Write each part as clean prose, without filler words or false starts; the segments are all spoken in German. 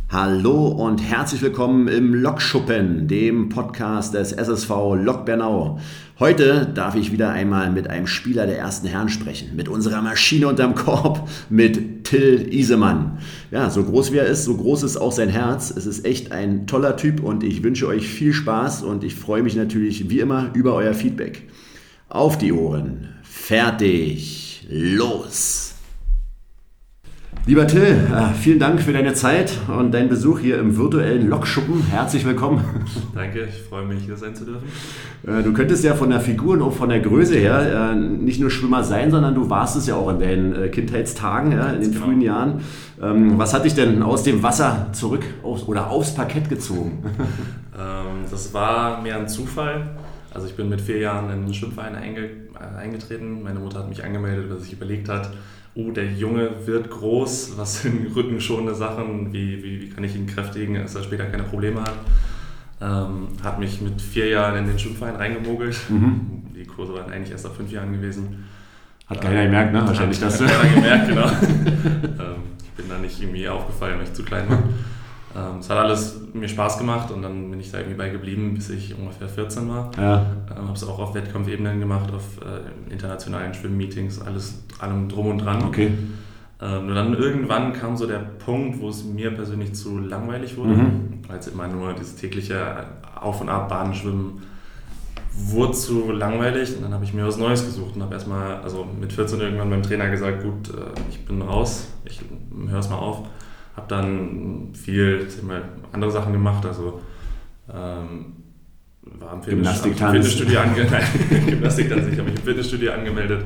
Hallo und herzlich willkommen im Lokschuppen, dem Podcast des SSV Lok Bernau. Heute darf ich wieder einmal mit einem Spieler der ersten Herren sprechen, mit unserer Maschine unterm Korb, mit Till Isemann. Ja, so groß wie er ist, so groß ist auch sein Herz. Es ist echt ein toller Typ und ich wünsche euch viel Spaß und ich freue mich natürlich wie immer über euer Feedback. Auf die Ohren, fertig, los! Lieber Till, vielen Dank für deine Zeit und deinen Besuch hier im virtuellen Lokschuppen. Herzlich willkommen. Danke, ich freue mich, hier sein zu dürfen. Du könntest ja von der Figur und auch von der Größe her nicht nur Schwimmer sein, sondern du warst es ja auch in deinen Kindheitstagen, in den frühen Jahren. Was hat dich denn aus dem Wasser zurück aufs Parkett gezogen? Das war mehr ein Zufall. Also ich bin mit 4 Jahren in einen Schwimmverein eingetreten. Meine Mutter hat mich angemeldet, weil sie sich überlegt hat, der Junge wird groß, was sind rückenschonende Sachen, wie kann ich ihn kräftigen, dass er später keine Probleme hat. Hat mich mit 4 Jahren in den Schwimmverein reingemogelt. Die Kurse waren eigentlich erst ab 5 Jahren gewesen. Hat keiner gemerkt, ne? Wahrscheinlich das. Hat keiner gemerkt, genau. Ich bin da nicht irgendwie aufgefallen, weil ich zu klein war. Es hat alles mir Spaß gemacht und dann bin ich da irgendwie bei geblieben, bis ich ungefähr 14 war. Ja. Habe es auch auf Wettkampfebenen gemacht, auf internationalen Schwimmmeetings, allem drum und dran. Okay. Nur dann irgendwann kam so der Punkt, wo es mir persönlich zu langweilig wurde, weil es immer nur dieses tägliche Auf- und Ab-Bahnen schwimmen wurde zu langweilig und dann habe ich mir was Neues gesucht und habe erstmal, also mit 14 irgendwann beim Trainer gesagt, gut, ich bin raus, ich höre es mal auf. Habe dann viel andere Sachen gemacht, also war im Fitnessstudio angemeldet. Gymnastiktanz nicht, habe mich im Fitnessstudio angemeldet.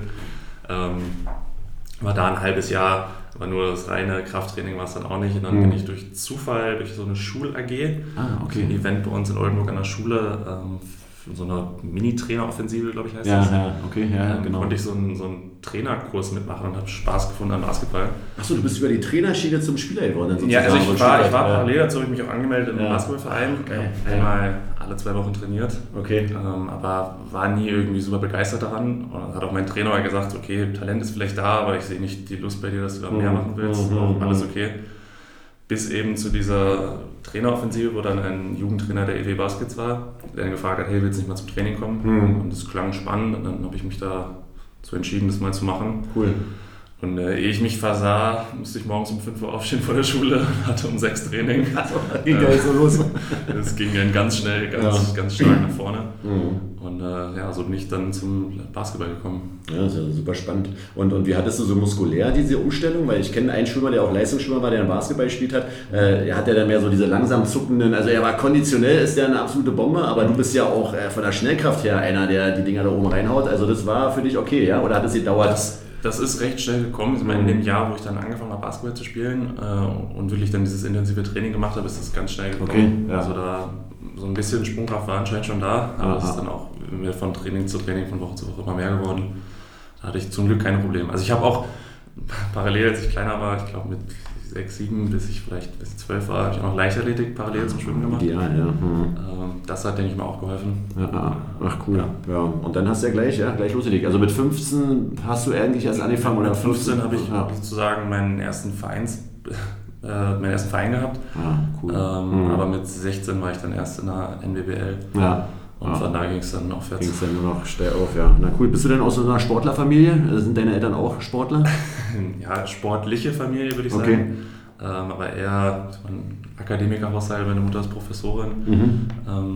War da ein halbes Jahr, aber nur das reine Krafttraining war es dann auch nicht. Und dann bin ich durch Zufall, durch so eine Schul-AG, ein Event bei uns in Oldenburg an der Schule, so eine Mini-Trainer-Offensive, glaube ich, heißt das. Ja, okay, ja, genau. Konnte ich so einen Trainerkurs mitmachen und habe Spaß gefunden an Basketball. Achso, du bist über die Trainerschiene zum Spieler geworden. Ja, also ich war parallel dazu, habe ich mich auch angemeldet im Basketballverein. Okay. Einmal alle 2 Wochen trainiert. Okay. Aber war nie irgendwie super begeistert daran. Und dann hat auch mein Trainer gesagt, okay, Talent ist vielleicht da, aber ich sehe nicht die Lust bei dir, dass du da mehr machen willst. Alles okay. Bis eben zu dieser Traineroffensive, wo dann ein Jugendtrainer der EW Baskets war, der dann gefragt hat, hey, willst du nicht mal zum Training kommen? Und das klang spannend und dann habe ich mich dazu entschieden, das mal zu machen. Cool. Und ehe ich mich versah, musste ich morgens um 5 Uhr aufstehen vor der Schule und hatte um 6 Training. Also, ging gleich so los. Es ging dann ganz schnell, ganz stark nach vorne. Und so bin ich dann zum Basketball gekommen. Ja, das ist ja super spannend. Und wie hattest du so muskulär diese Umstellung? Weil ich kenne einen Schwimmer, der auch Leistungsschwimmer war, der im Basketball gespielt hat. Er hat ja dann mehr so diese langsam zuckenden, also er war konditionell, ist ja eine absolute Bombe, aber du bist ja auch von der Schnellkraft her einer, der die Dinger da oben reinhaut. Also das war für dich okay, ja? Oder hat es gedauert? Das ist recht schnell gekommen. Ich meine, in dem Jahr, wo ich dann angefangen habe, Basketball zu spielen und wirklich dann dieses intensive Training gemacht habe, ist das ganz schnell gekommen. Okay, ja. Also da so ein bisschen Sprungkraft war anscheinend schon da, aber es ist dann auch von Training zu Training, von Woche zu Woche immer mehr geworden. Da hatte ich zum Glück keine Probleme. Also ich habe auch parallel, als ich kleiner war, ich glaube mit 6, 7 bis ich vielleicht bis 12 war, habe ich auch noch Leichtathletik parallel zum Schwimmen gemacht. Ja. Das hat, denke ich mal, auch geholfen. Ja. Ach cool. Ja. Und dann hast du ja gleich losgelegt. Also mit 15 hast du eigentlich erst angefangen? Oder mit 15 habe ich sozusagen meinen ersten Verein gehabt. Cool. Aber mit 16 war ich dann erst in der NWBL. Ja. Und von da ging es dann aufwärts. Ging es dann nur noch steil auf, ja. Na cool. Bist du denn aus so einer Sportlerfamilie? Sind deine Eltern auch Sportler? Ja, sportliche Familie würde ich sagen. Aber eher ein Akademikerhaushalt, meine Mutter ist Professorin.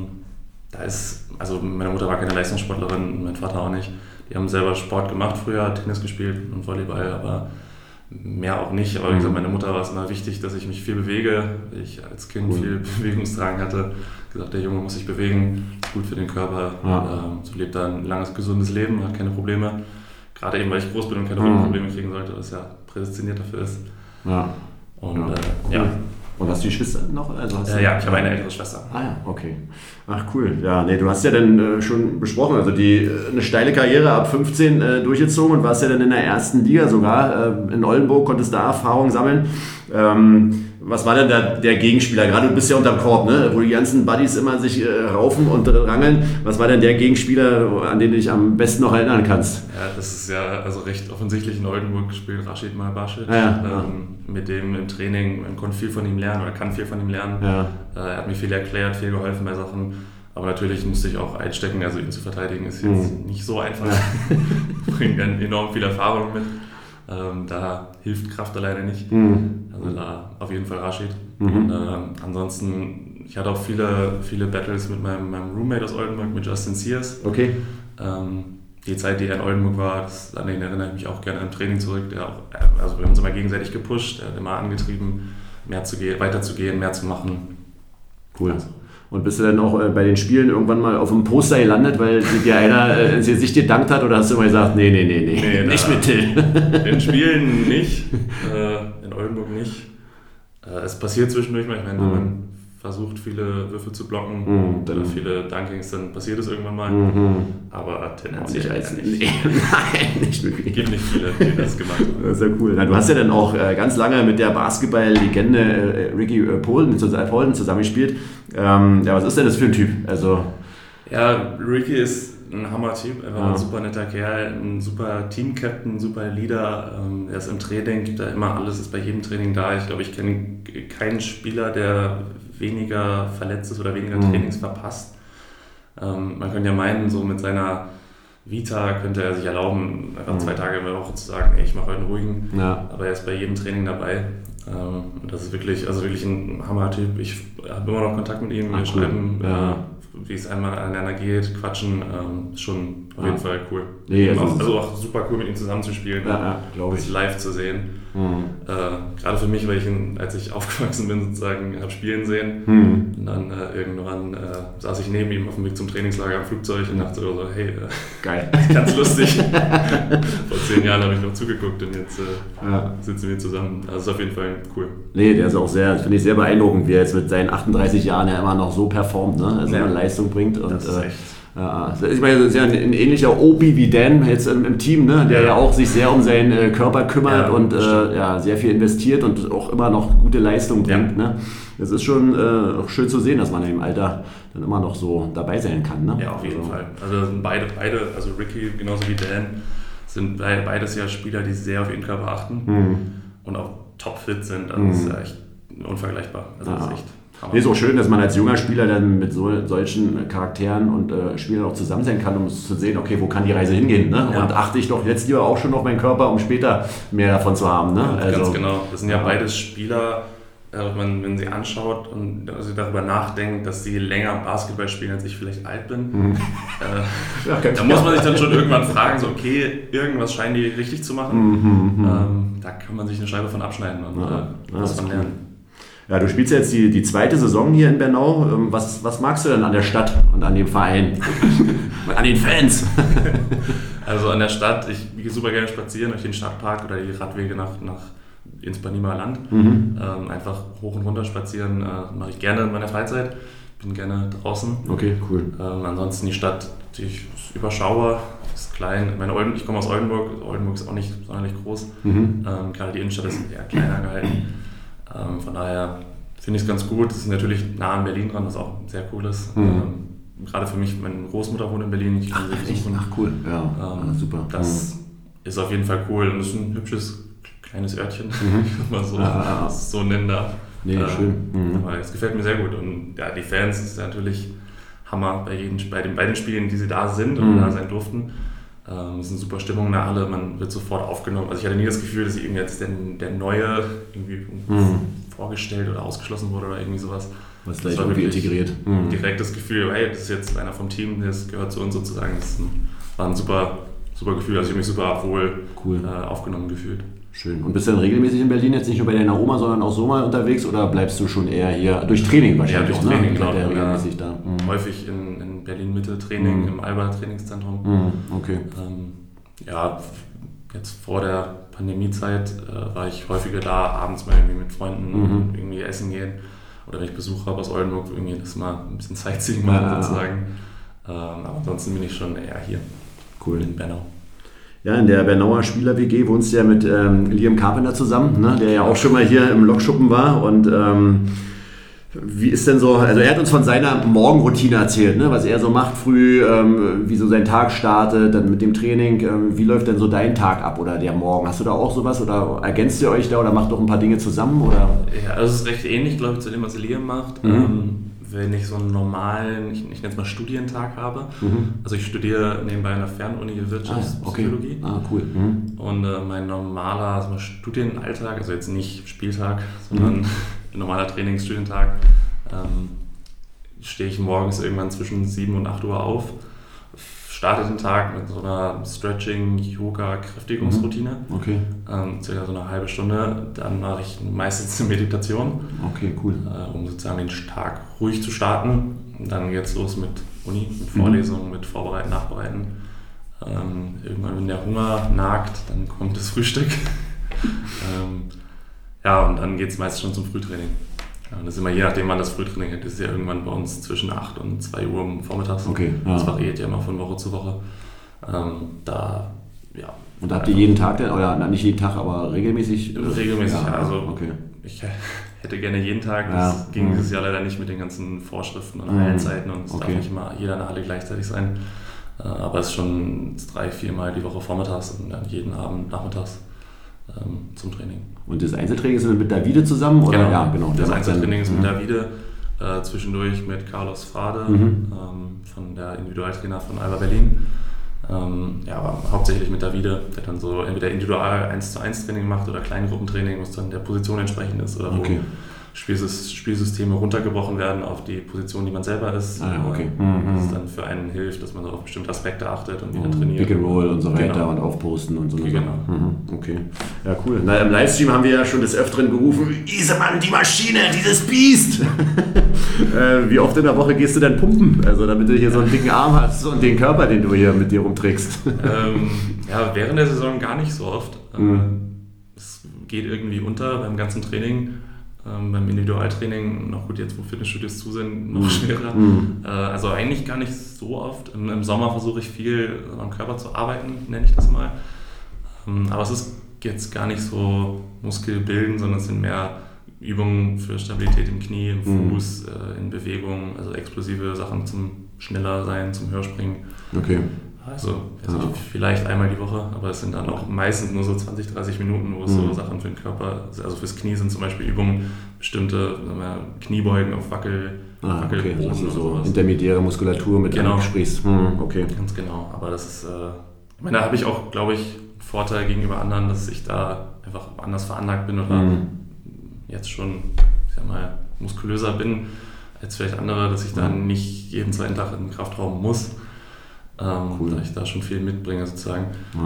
Meine Mutter war keine Leistungssportlerin, mein Vater auch nicht. Die haben selber Sport gemacht früher, Tennis gespielt und Volleyball, aber mehr auch nicht. Aber wie gesagt, meine Mutter war es immer wichtig, dass ich mich viel bewege. Ich als Kind viel Bewegungsdrang hatte. Gesagt, der Junge muss sich bewegen, ist gut für den Körper. So lebt er ein langes, gesundes Leben, hat keine Probleme. Gerade eben, weil ich groß bin und keine Rückenprobleme kriegen sollte, was ja prädestiniert dafür ist. Ja. Und Und hast du die Schwester noch? Also ich habe eine ältere Schwester. Ja, okay. Ach cool. Ja, nee, du hast ja dann schon besprochen, also eine steile Karriere ab 15 durchgezogen und warst ja dann in der ersten Liga sogar in Oldenburg, konntest da Erfahrung sammeln. was war denn der Gegenspieler? Gerade du bist ja unterm Korb, ne? Wo die ganzen Buddies immer sich raufen und rangeln. Was war denn der Gegenspieler, an den du dich am besten noch erinnern kannst? Ja, das ist ja also recht offensichtlich. In Oldenburg spielt Rashid Malbashir. Mit dem im Training, man konnte viel von ihm lernen oder kann viel von ihm lernen. Ja. Er hat mir viel erklärt, viel geholfen bei Sachen. Aber natürlich musste ich auch einstecken, also ihn zu verteidigen ist jetzt nicht so einfach. Bringt dann enorm viel Erfahrung mit. Da hilft Kraft alleine nicht. Also da auf jeden Fall Rashid. Und ansonsten, ich hatte auch viele Battles mit meinem Roommate aus Oldenburg, mit Justin Sears. Okay. Die Zeit, die er in Oldenburg war, an den erinnere ich mich auch gerne im Training zurück. Also wir haben uns immer gegenseitig gepusht, er hat immer angetrieben, weiterzugehen, mehr zu machen. Cool. Also. Und bist du dann auch bei den Spielen irgendwann mal auf dem Poster gelandet, weil dir einer ins Gesicht gedankt hat, oder hast du immer gesagt, nee, nicht mit Till? In Spielen nicht, in Oldenburg nicht. Es passiert zwischendurch mal, wenn man versucht, viele Würfe zu blocken oder viele Dunkings, dann passiert es irgendwann mal. Aber tendenziell nicht. Nein, nicht wirklich. Es gibt nicht viele, die das gemacht haben. Das ist ja cool. Du hast ja dann auch ganz lange mit der Basketball-Legende Ricky Poulin zusammengespielt. Was ist denn das für ein Typ? Also ja, Ricky ist ein Hammer-Typ, einfach ein super netter Kerl, ein super Team-Captain, ein super Leader. Er ist im Training, gibt da immer alles, ist bei jedem Training da. Ich glaube, ich kenne keinen Spieler, der weniger verletzt ist oder weniger Trainings verpasst. Man könnte ja meinen, so mit seiner Vita könnte er sich erlauben, einfach 2 Tage in der Woche zu sagen, ich mache heute einen ruhigen. Ja. Aber er ist bei jedem Training dabei. Und das ist wirklich ein Hammer-Typ. Ich habe immer noch Kontakt mit ihm. Wir schreiben, wie es einmal aneinander geht, quatschen. Ist schon auf jeden Fall cool. Nee, also auch super cool, mit ihm zusammenzuspielen. Glaube ich. Live zu sehen. Gerade für mich, weil ich ihn, als ich aufgewachsen bin, sozusagen habe spielen sehen. Und dann irgendwann saß ich neben ihm auf dem Weg zum Trainingslager am Flugzeug und dachte so, hey, geil, das ist ganz lustig. Vor 10 Jahren habe ich noch zugeguckt und jetzt sitzen wir zusammen. Also ist auf jeden Fall cool. Nee, der ist auch finde ich sehr beeindruckend, wie er jetzt mit seinen 38 Jahren ja immer noch so performt, ne? Also eine Leistung bringt. Und, das ist echt. Ich meine, das ist ja ein ähnlicher Obi wie Dan jetzt im Team, ne? Der ja auch sich sehr um seinen Körper kümmert und sehr viel investiert und auch immer noch gute Leistung bringt. Ne? Das ist schon auch schön zu sehen, dass man im Alter dann immer noch so dabei sein kann. Ne? Ja, auf jeden Fall. Also sind beide, also Ricky genauso wie Dan, sind beides ja Spieler, die sehr auf ihren Körper achten und auch topfit sind. Also das ist ja echt unvergleichbar. Also das ist echt. Nee, ist auch schön, dass man als junger Spieler dann mit solchen Charakteren und Spielern auch zusammen sein kann, um zu sehen, okay, wo kann die Reise hingehen, ne? Und achte ich doch jetzt lieber auch schon auf meinen Körper, um später mehr davon zu haben, ne? Also, ganz genau. Das sind ja beides Spieler, wenn sie anschaut und also darüber nachdenkt, dass sie länger Basketball spielen, als ich vielleicht alt bin, da muss man sich dann schon irgendwann fragen, so okay, irgendwas scheinen die richtig zu machen. Da kann man sich eine Scheibe von abschneiden und was man lernen. Ja, du spielst jetzt die 2. Saison hier in Bernau. Was magst du denn an der Stadt und an dem Verein? An den Fans? Also an der Stadt, ich gehe super gerne spazieren durch den Stadtpark oder die Radwege ins Berliner Land. Einfach hoch und runter spazieren, mache ich gerne in meiner Freizeit. Bin gerne draußen. Okay, cool. Ansonsten die Stadt, die ist überschaubar, ist klein. Ich komme aus Oldenburg. Oldenburg ist auch nicht sonderlich groß. Gerade die Innenstadt ist eher kleiner gehalten. Von daher finde ich es ganz gut. Es ist natürlich nah an Berlin dran, was auch sehr cool ist. Gerade für mich, meine Großmutter wohnt in Berlin. Ich kann sie besuchen. Ach cool, ja, super. Das ist auf jeden Fall cool und es ist ein hübsches kleines Örtchen, wenn man so nennen darf. Nee, schön. Aber es gefällt mir sehr gut und ja, die Fans ist natürlich Hammer bei den beiden Spielen, die sie da sind und da sein durften. Es ist eine super Stimmung in der Halle, man wird sofort aufgenommen. Also ich hatte nie das Gefühl, dass irgendwie jetzt der Neue irgendwie vorgestellt oder ausgeschlossen wurde oder irgendwie sowas. Was gleich irgendwie integriert. Direkt das Gefühl, hey, das ist jetzt einer vom Team, das gehört zu uns sozusagen. Das war ein super, super Gefühl, also ich habe mich super wohl aufgenommen gefühlt. Schön. Und bist du dann regelmäßig in Berlin, jetzt nicht nur bei deiner Oma, sondern auch so mal unterwegs oder bleibst du schon eher hier durch Training wahrscheinlich? Ja, durch Training, genau. Regelmäßig da. Häufig in Berlin-Mitte Training, im Alba-Trainingszentrum. Okay. Jetzt vor der Pandemiezeit war ich häufiger da, abends mal irgendwie mit Freunden irgendwie essen gehen oder wenn ich Besuch habe aus Oldenburg, irgendwie das mal ein bisschen Sightseeing machen sozusagen. Aber ansonsten bin ich schon eher hier in Bernau. Ja, in der Bernauer Spieler-WG wohnst du ja mit Liam Carpenter zusammen, ne? Der ja auch schon mal hier im Lokschuppen war. Und wie ist denn so, also er hat uns von seiner Morgenroutine erzählt, ne? Was er so macht früh, wie so sein Tag startet, dann mit dem Training. Wie läuft denn so dein Tag ab oder der Morgen? Hast du da auch sowas oder ergänzt ihr euch da oder macht doch ein paar Dinge zusammen? Oder? Ja, also es ist recht ähnlich, glaube ich, zu dem, was Liam macht. Wenn ich so einen normalen, ich nenne es mal Studientag habe. Also ich studiere nebenbei an der Fernuni Wirtschaftspsychologie. Cool. Und mein normaler Studienalltag, also jetzt nicht Spieltag, sondern normaler Trainingsstudientag, stehe ich morgens irgendwann zwischen 7 und 8 Uhr auf, starte den Tag mit so einer Stretching-Yoga-Kräftigungsroutine. Circa so eine halbe Stunde. Dann mache ich meistens eine Meditation. Cool. Um sozusagen den Tag ruhig zu starten. Dann geht es los mit Uni, mit Vorlesungen, mit Vorbereiten, Nachbereiten. Irgendwann, wenn der Hunger nagt, dann kommt das Frühstück. Und dann geht es meistens schon zum Frühtraining. Ja, das ist immer je nachdem, wann das Frühtraining ist. Das ist ja irgendwann bei uns zwischen 8 und 2 Uhr vormittags. Das variiert ja immer von Woche zu Woche. Und da habt ihr jeden Tag, oder nicht jeden Tag, aber regelmäßig? Regelmäßig, ich hätte gerne jeden Tag. Das ging dieses Jahr leider nicht mit den ganzen Vorschriften und Hallenzeiten und es darf nicht immer jeder in der Halle gleichzeitig sein. Aber es ist schon 3-4 Mal die Woche vormittags und dann jeden Abend nachmittags zum Training. Und das Einzeltraining ist mit Davide zusammen? Oder? Genau. Ja, genau. Das Einzeltraining ist mit Davide, zwischendurch mit Carlos Frade, von der Individualtrainer von Alba Berlin. Aber hauptsächlich mit Davide, der dann so entweder individual 1:1 Training macht oder Kleingruppentraining, was dann der Position entsprechend ist oder wo Spielsysteme runtergebrochen werden auf die Position, die man selber ist. Das dann für einen hilft, dass man so auf bestimmte Aspekte achtet und wieder trainiert. Pick and Roll und so weiter und aufposten und so. Ja, cool. Na, im Livestream haben wir ja schon des Öfteren gerufen, Isemann, die Maschine, dieses Biest! Wie oft in der Woche gehst du denn pumpen? Also damit du hier so einen dicken Arm hast und den Körper, den du hier mit dir rumträgst. Während der Saison gar nicht so oft. Es geht irgendwie unter beim ganzen Training. Beim Individualtraining, noch gut jetzt, wo Fitnessstudios zu sind, noch schwerer. Also eigentlich gar nicht so oft. Im Sommer versuche ich viel am Körper zu arbeiten, nenne ich das mal. Aber es ist jetzt gar nicht so Muskelbilden, sondern es sind mehr Übungen für Stabilität im Knie, im Fuß, in Bewegung, also explosive Sachen zum schneller sein, zum Höherspringen. Also vielleicht einmal die Woche, aber es sind dann auch meistens nur so 20-30 Minuten, wo es so Sachen für den Körper, also fürs Knie sind zum Beispiel Übungen, bestimmte Kniebeugen auf Wackelboden also so intermediäre Muskulatur mit ansprichst. Ganz genau, aber das ist, da habe ich auch, glaube ich, einen Vorteil gegenüber anderen, dass ich da einfach anders veranlagt bin oder jetzt schon, ich sag mal, muskulöser bin als vielleicht andere, dass ich dann nicht jeden zweiten Tag in den Kraftraum muss. Da ich da schon viel mitbringe sozusagen.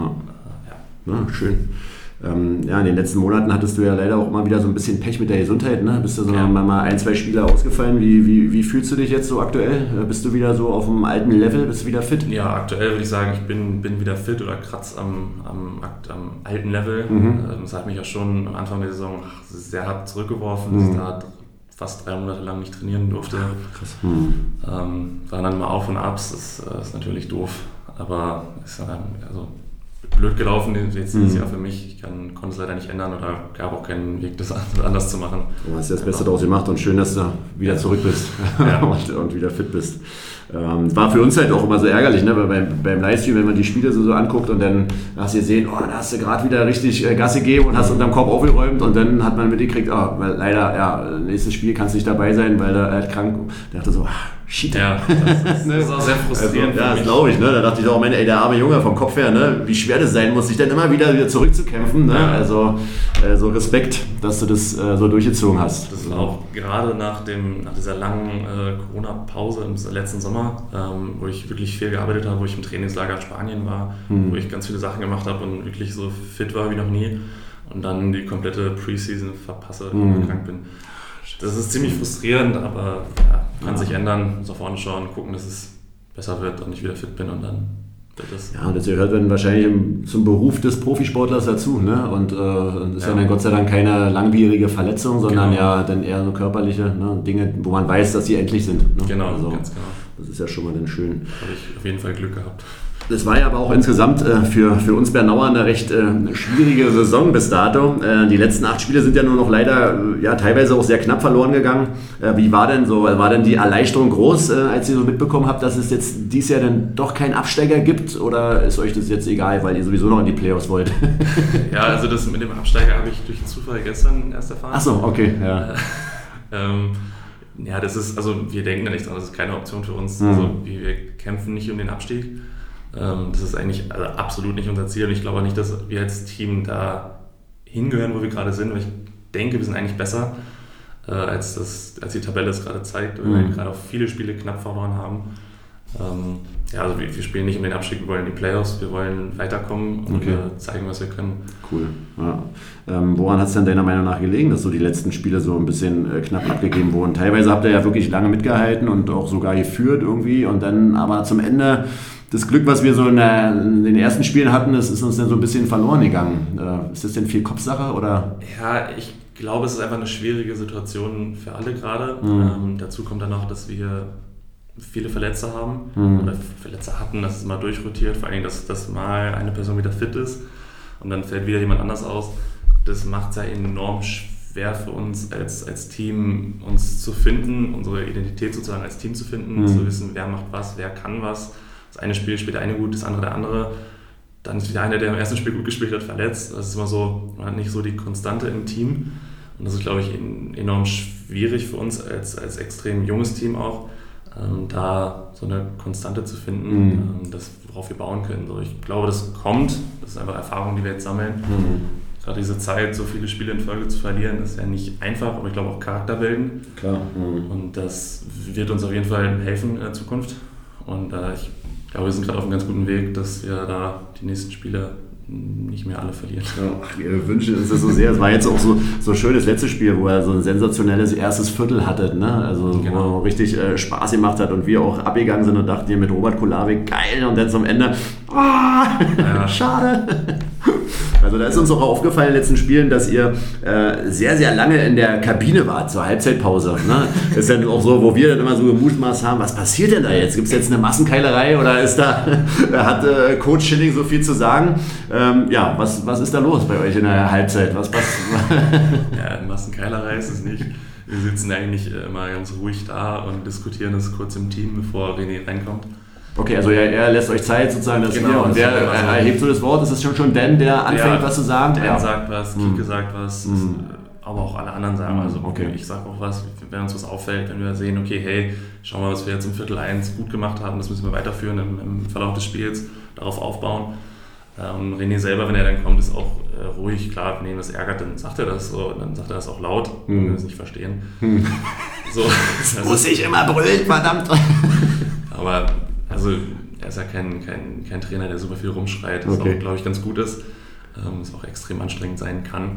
Schön. In den letzten Monaten hattest du ja leider auch immer wieder so ein bisschen Pech mit der Gesundheit, ne? Bist du so mal 1-2 Spieler ausgefallen. Wie fühlst du dich jetzt so aktuell? Bist du wieder so auf dem alten Level? Bist du wieder fit? Ja, aktuell würde ich sagen, ich bin wieder fit oder kratz am alten Level. Das hat mich ja schon am Anfang der Saison sehr hart zurückgeworfen, dass ich da fast 3 Monate lang nicht trainieren durfte. Krass. Waren dann mal Auf und Abs, das ist natürlich doof, aber ist blöd gelaufen jetzt dieses Jahr für mich. Ich konnte es leider nicht ändern oder gab auch keinen Weg, das anders zu machen. Du hast das Beste daraus gemacht und schön, dass du wieder zurück bist und wieder fit bist. War für uns halt auch immer so ärgerlich, ne? Weil beim Livestream, wenn man die Spiele so anguckt und dann hast du gesehen, da hast du gerade wieder richtig Gas gegeben und hast unterm Korb aufgeräumt und dann hat man mitgekriegt, weil leider, nächstes Spiel kannst du nicht dabei sein, weil er halt krank. Der dachte so, shit. Ja, das ist auch sehr frustrierend. Also, das glaube ich, ne? Da dachte ich auch, der arme Junge vom Kopf her, ne? Wie schwer das sein muss, sich dann immer wieder zurückzukämpfen. Ne? Also so Respekt, dass du das so durchgezogen hast. Das war auch gerade nach dieser langen Corona-Pause im letzten Sommer, wo ich wirklich viel gearbeitet habe, wo ich im Trainingslager in Spanien war, wo ich ganz viele Sachen gemacht habe und wirklich so fit war wie noch nie und dann die komplette Preseason verpasse, weil ich krank bin. Das ist ziemlich frustrierend, aber kann sich ändern, muss nach vorne schauen, gucken, dass es besser wird und ich wieder fit bin und dann wird es. Ja, und das gehört dann wahrscheinlich zum Beruf des Profisportlers dazu, ne? Und das ist ja dann Gott sei Dank keine langwierige Verletzung, sondern dann eher so körperliche Dinge, wo man weiß, dass sie endlich sind. Ne? Genau, ganz genau. Das ist ja schon mal dann schön. Da habe ich auf jeden Fall Glück gehabt. Das war ja aber auch insgesamt für uns Bernauer eine recht schwierige Saison bis dato. Die letzten 8 Spiele sind ja nur noch leider teilweise auch sehr knapp verloren gegangen. Wie war denn die Erleichterung groß, als ihr so mitbekommen habt, dass es jetzt dieses Jahr dann doch keinen Absteiger gibt? Oder ist euch das jetzt egal, weil ihr sowieso noch in die Playoffs wollt? Ja, also das mit dem Absteiger habe ich durch den Zufall gestern erst erfahren. Ach so, okay. Ja. Ja, das ist, also wir denken da nicht dran, das ist keine Option für uns. Also wir kämpfen nicht um den Abstieg. Das ist eigentlich absolut nicht unser Ziel und ich glaube auch nicht, dass wir als Team da hingehören, wo wir gerade sind, weil ich denke, wir sind eigentlich besser, als die Tabelle es gerade zeigt, weil wir gerade auch viele Spiele knapp verloren haben. Also wir spielen nicht um den Abstieg, wir wollen in die Playoffs, wir wollen weiterkommen und zeigen, was wir können. Cool. Ja. Woran hat es denn deiner Meinung nach gelegen, dass so die letzten Spiele so ein bisschen knapp abgegeben wurden? Teilweise habt ihr ja wirklich lange mitgehalten und auch sogar geführt irgendwie und dann aber zum Ende das Glück, was wir so in den ersten Spielen hatten, das ist uns dann so ein bisschen verloren gegangen. Ist das denn viel Kopfsache oder? Ja, ich glaube, es ist einfach eine schwierige Situation für alle gerade. Dazu kommt dann noch, dass wir viele Verletzte haben oder Verletzte hatten, dass es mal durchrotiert, vor allem, dass mal eine Person wieder fit ist und dann fällt wieder jemand anders aus. Das macht es ja enorm schwer für uns als Team, uns zu finden, unsere Identität sozusagen als Team zu finden, zu wissen, wer macht was, wer kann was. Das eine Spiel spielt der eine gut, das andere der andere. Dann ist wieder einer, der im ersten Spiel gut gespielt hat, verletzt. Das ist immer so, man hat nicht so die Konstante im Team. Und das ist, glaube ich, enorm schwierig für uns als extrem junges Team auch, da so eine Konstante zu finden, worauf wir bauen können. So, ich glaube, das kommt. Das ist einfach Erfahrung, die wir jetzt sammeln. Gerade diese Zeit, so viele Spiele in Folge zu verlieren, ist ja nicht einfach, aber ich glaube auch Charakter bilden. Klar. Und das wird uns auf jeden Fall helfen in der Zukunft. Und ich glaube, wir sind gerade auf einem ganz guten Weg, dass wir da die nächsten Spiele nicht mehr alle verlieren. Ja, wir wünschen uns das so sehr. Es war jetzt auch so schön das letzte Spiel, wo er so ein sensationelles erstes Viertel hatte, ne? Also wo er richtig Spaß gemacht hat und wir auch abgegangen sind und dachten hier mit Robert Kulawik, geil, und dann zum Ende, schade. Also da ist uns auch aufgefallen in den letzten Spielen, dass ihr sehr, sehr lange in der Kabine wart, zur Halbzeitpause. Ne? Ist dann auch so, wo wir dann immer so gemutmaßt haben, was passiert denn da jetzt? Gibt es jetzt eine Massenkeilerei oder hat Coach Schilling so viel zu sagen? Was ist da los bei euch in der Halbzeit? Ja, Massenkeilerei ist es nicht. Wir sitzen eigentlich immer ganz ruhig da und diskutieren das kurz im Team, bevor René reinkommt. Okay, also er lässt euch Zeit sozusagen, dass und wer erhebt so das Wort? Ist es schon Dan, der anfängt, was zu sagen? Dan sagt was, Kike sagt was, aber auch alle anderen sagen. Also ich sage auch was, wenn uns was auffällt, wenn wir sehen, okay, hey, schau mal, was wir jetzt im Viertel 1 gut gemacht haben, das müssen wir weiterführen im Verlauf des Spiels, darauf aufbauen. René selber, wenn er dann kommt, ist auch ruhig, klar, wenn ihn das ärgert, dann sagt er das so, dann sagt er das auch laut, wenn wir es nicht verstehen. So, das muss ich immer brüllen, verdammt! Aber also er ist ja kein Trainer, der super viel rumschreit, was auch, glaube ich, ganz gut ist, was auch extrem anstrengend sein kann.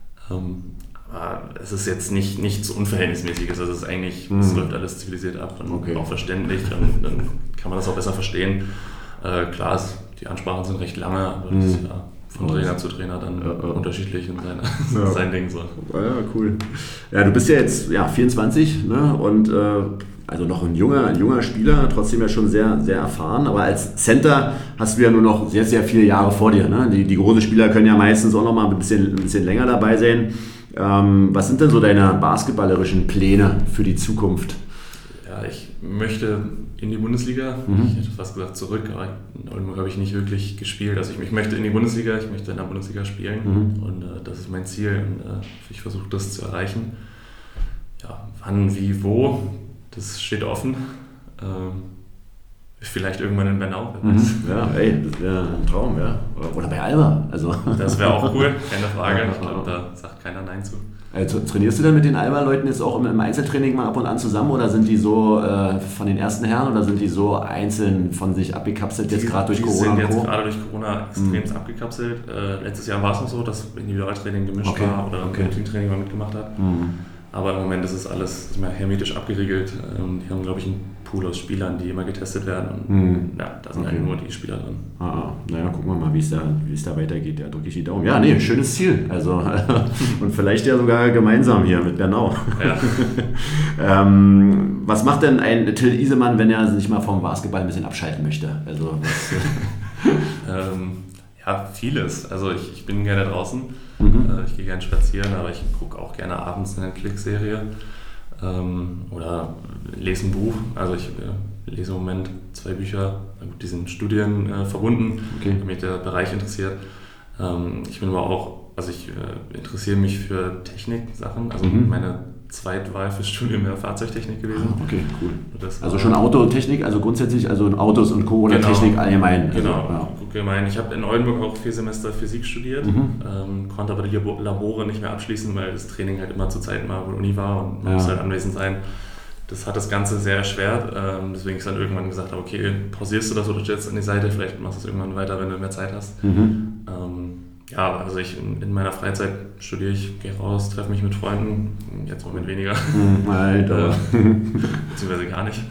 Aber es ist jetzt nichts Unverhältnismäßiges, also es ist eigentlich, es läuft alles zivilisiert ab und auch verständlich, und dann kann man das auch besser verstehen. Klar, die Ansprachen sind recht lange, aber das ist ja von Trainer zu Trainer dann unterschiedlich in sein Ding so. Ja, cool. Ja, du bist ja jetzt 24, ne? Und also noch ein junger Spieler, trotzdem ja schon sehr, sehr erfahren, aber als Center hast du ja nur noch sehr, sehr viele Jahre vor dir. Ne? Die großen Spieler können ja meistens auch noch mal ein bisschen länger dabei sein. Was sind denn so deine basketballerischen Pläne für die Zukunft? Ja, ich möchte in die Bundesliga. Ich hätte fast gesagt zurück, aber in Oldenburg habe ich nicht wirklich gespielt. Also ich möchte in die Bundesliga, ich möchte in der Bundesliga spielen und das ist mein Ziel und ich versuche das zu erreichen. Ja, wann, wie, wo, das steht offen. Vielleicht irgendwann in Bernau. Ja, das wäre ein Traum, ja. Oder bei Alba. Also. Das wäre auch cool, keine Frage. Ich glaube, da sagt keiner Nein zu. Also, trainierst du denn mit den Alba-Leuten jetzt auch im Einzeltraining mal ab und an zusammen oder sind die so von den ersten Herren oder sind die so einzeln von sich abgekapselt jetzt gerade durch Corona? Die sind jetzt gerade durch Corona extrem abgekapselt. Letztes Jahr war es noch so, dass Individualtraining gemischt war oder Teamtraining mal mitgemacht hat. Aber im Moment ist es alles hermetisch abgeriegelt. Die haben, glaube ich, einen Pool aus Spielern, die immer getestet werden. Und da sind halt nur die Spieler drin. Naja, gucken wir mal, wie es da weitergeht. Ja, drücke ich die Daumen. Ja, nee, schönes Ziel. Also, und vielleicht ja sogar gemeinsam hier mit Bernau. Ja. Was macht denn ein Till Isemann, wenn er sich mal vom Basketball ein bisschen abschalten möchte? Also, ja, vieles. Also ich bin gerne draußen, ich gehe gerne spazieren, aber ich gucke auch gerne abends eine Netflix-Serie oder lese ein Buch. Also ich lese im Moment 2 Bücher, die sind Studien verbunden, weil mich der Bereich interessiert. Ich bin aber auch, ich interessiere mich für Technik-Sachen, also meine Zweitwahl fürs Studium wäre Fahrzeugtechnik gewesen. Okay, cool. Also schon Autotechnik, also grundsätzlich, also Autos und Co. oder Technik allgemein. Genau, allgemein. Ich habe in Oldenburg auch 4 Semester Physik studiert, konnte aber die Labore nicht mehr abschließen, weil das Training halt immer zur Zeit mal wo Uni war und man muss halt anwesend sein. Das hat das Ganze sehr erschwert, deswegen ist dann irgendwann gesagt, okay, pausierst du das oder stellst an die Seite, vielleicht machst du es irgendwann weiter, wenn du mehr Zeit hast. Ja, also in meiner Freizeit studiere ich, gehe raus, treffe mich mit Freunden, jetzt im Moment weniger, beziehungsweise gar nicht.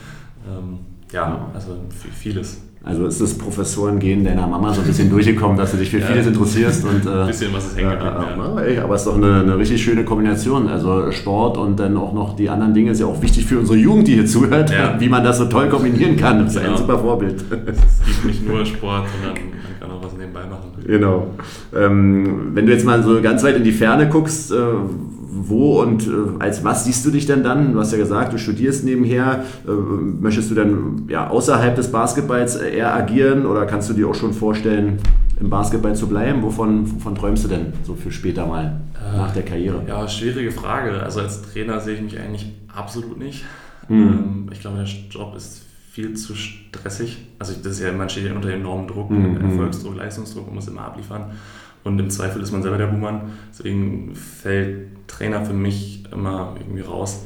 Also vieles. Also ist das Professorengehen deiner Mama so ein bisschen durchgekommen, dass du dich für vieles interessierst? Und, ein bisschen was ist hängen geblieben. Aber es ist doch eine richtig schöne Kombination. Also Sport und dann auch noch die anderen Dinge ist ja auch wichtig für unsere Jugend, die hier zuhört, wie man das so toll kombinieren kann. Das ist ein super Vorbild. Es gibt nicht nur Sport, sondern man kann auch was nebenbei machen. Genau. Wenn du jetzt mal so ganz weit in die Ferne guckst, wo und als was siehst du dich denn dann? Du hast ja gesagt, du studierst nebenher. Möchtest du dann außerhalb des Basketballs eher agieren oder kannst du dir auch schon vorstellen, im Basketball zu bleiben? Wovon träumst du denn so für später mal nach der Karriere? Ja, schwierige Frage. Also als Trainer sehe ich mich eigentlich absolut nicht. Ich glaube, der Job ist viel zu stressig. Also das ist man steht ja unter enormem Druck, Erfolgsdruck, Leistungsdruck, man muss immer abliefern. Und im Zweifel ist man selber der Buhmann. Deswegen fällt Trainer für mich immer irgendwie raus.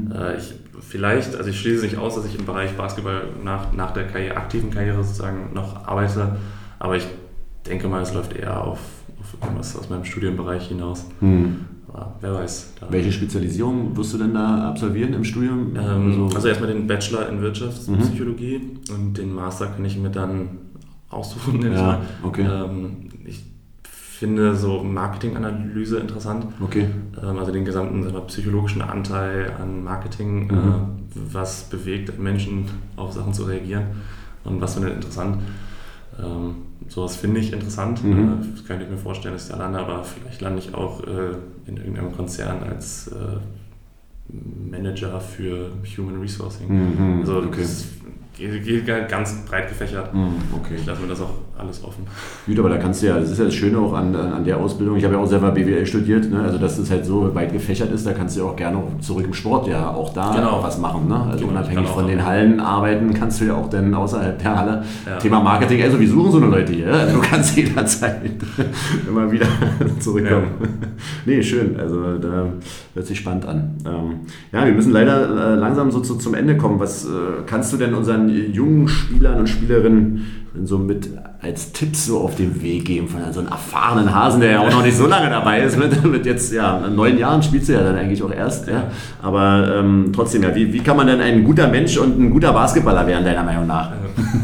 Ich schließe nicht aus, dass ich im Bereich Basketball nach der aktiven Karriere sozusagen noch arbeite. Aber ich denke mal, es läuft eher auf irgendwas aus meinem Studienbereich hinaus. Aber wer weiß. Welche Spezialisierung wirst du denn da absolvieren im Studium? Also erstmal den Bachelor in Wirtschaftspsychologie und den Master kann ich mir dann aussuchen. Ich finde so Marketinganalyse interessant. Also den gesamten psychologischen Anteil an Marketing, was bewegt Menschen auf Sachen zu reagieren und was findet interessant. Sowas finde ich interessant. Das könnte ich mir vorstellen, dass ich da lande, aber vielleicht lande ich auch in irgendeinem Konzern als Manager für Human Resourcing. Das geht ganz breit gefächert. Ich lasse mir das auch alles offen. Gut, aber da kannst du das ist ja das Schöne auch an der Ausbildung. Ich habe ja auch selber BWL studiert, ne? Also dass das halt so weit gefächert ist, da kannst du ja auch gerne zurück im Sport auch da was machen. Ne? Also unabhängig von den Hallen arbeiten, kannst du ja auch dann außerhalb der Halle. Thema Marketing, also wir suchen so eine Leute hier. Also du kannst jederzeit immer wieder zurückkommen. Nee, schön. Also da hört sich spannend an. Wir müssen leider langsam so zum Ende kommen. Was kannst du denn unseren jungen Spielern und Spielerinnen so mit als Tipps so auf den Weg geben von so einem erfahrenen Hasen, der ja auch noch nicht so lange dabei ist, mit jetzt 9 Jahren spielst du ja dann eigentlich auch erst, aber trotzdem, wie kann man denn ein guter Mensch und ein guter Basketballer werden, deiner Meinung nach?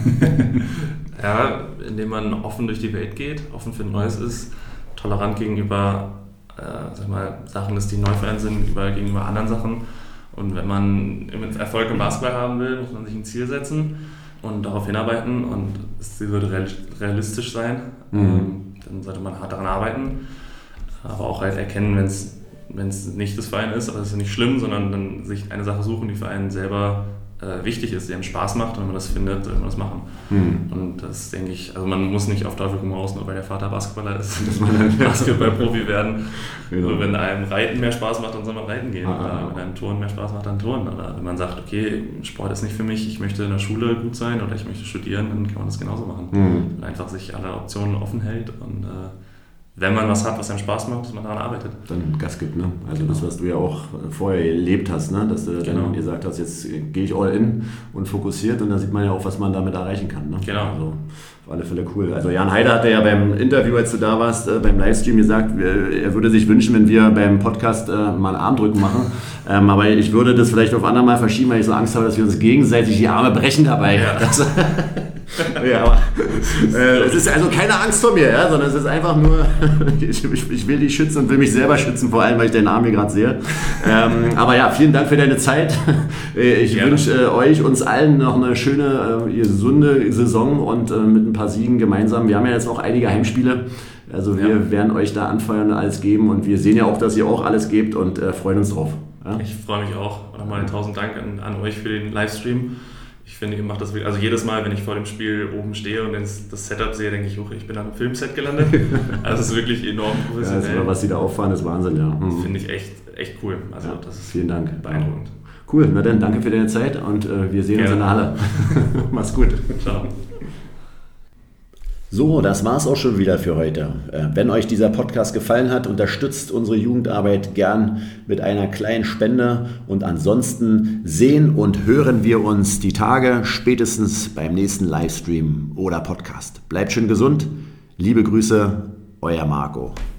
Indem man offen durch die Welt geht, offen für Neues ist, tolerant gegenüber Sachen ist, die neu für einen sind, gegenüber anderen Sachen. Und wenn man Erfolg im Basketball haben will, muss man sich ein Ziel setzen und darauf hinarbeiten und das Ziel sollte realistisch sein. Dann sollte man hart daran arbeiten, aber auch halt erkennen, wenn es nicht das für einen ist, aber das ist ja nicht schlimm, sondern dann sich eine Sache suchen, die für einen selber wichtig ist, die einem Spaß macht und wenn man das findet, sollte man das machen. Und das denke ich, also man muss nicht auf Teufel komm raus, nur weil der Vater Basketballer ist, dass man ein Basketball-Profi werden. Genau. Wenn einem Reiten mehr Spaß macht, dann soll man reiten gehen. Oder wenn einem Turnen mehr Spaß macht, dann turnen. Oder wenn man sagt, okay, Sport ist nicht für mich, ich möchte in der Schule gut sein oder ich möchte studieren, dann kann man das genauso machen. Und einfach sich alle Optionen offen hält und wenn man was hat, was einem Spaß macht, dass man daran arbeitet. Dann Gas gibt, ne? Also das, was du ja auch vorher erlebt hast, ne? Dass du dann gesagt hast, jetzt gehe ich all in und fokussiert und dann sieht man ja auch, was man damit erreichen kann. Ne? Genau. Also auf alle Fälle cool. Also Jan Heider hatte ja beim Interview, als du da warst, beim Livestream gesagt, er würde sich wünschen, wenn wir beim Podcast mal Armdrücken machen. Aber ich würde das vielleicht auf andermal verschieben, weil ich so Angst habe, dass wir uns gegenseitig die Arme brechen dabei. Ja. Ja, aber es ist also keine Angst vor mir, ja, sondern es ist einfach nur, ich will dich schützen und will mich selber schützen, vor allem, weil ich deinen Arm hier gerade sehe. Aber ja, vielen Dank für deine Zeit. Ich wünsche euch, uns allen noch eine schöne, gesunde Saison und mit ein paar Siegen gemeinsam. Wir haben ja jetzt noch einige Heimspiele. Also wir werden euch da anfeuern und alles geben und wir sehen ja auch, dass ihr auch alles gebt und freuen uns drauf. Ja? Ich freue mich auch. Nochmal 1000 Dank an euch für den Livestream. Ich finde, ihr macht das wirklich, also jedes Mal, wenn ich vor dem Spiel oben stehe und das Setup sehe, denke ich, ich bin an einem Filmset gelandet. Also es ist wirklich enorm professionell. Ja, was sie da auffahren, ist Wahnsinn, ja. Das finde ich echt cool. Also das ist vielen Dank. Beeindruckend. Cool, na dann, danke für deine Zeit und wir sehen uns in der Halle. Mach's gut. Ciao. So, das war's auch schon wieder für heute. Wenn euch dieser Podcast gefallen hat, unterstützt unsere Jugendarbeit gern mit einer kleinen Spende und ansonsten sehen und hören wir uns die Tage spätestens beim nächsten Livestream oder Podcast. Bleibt schön gesund. Liebe Grüße, euer Marco.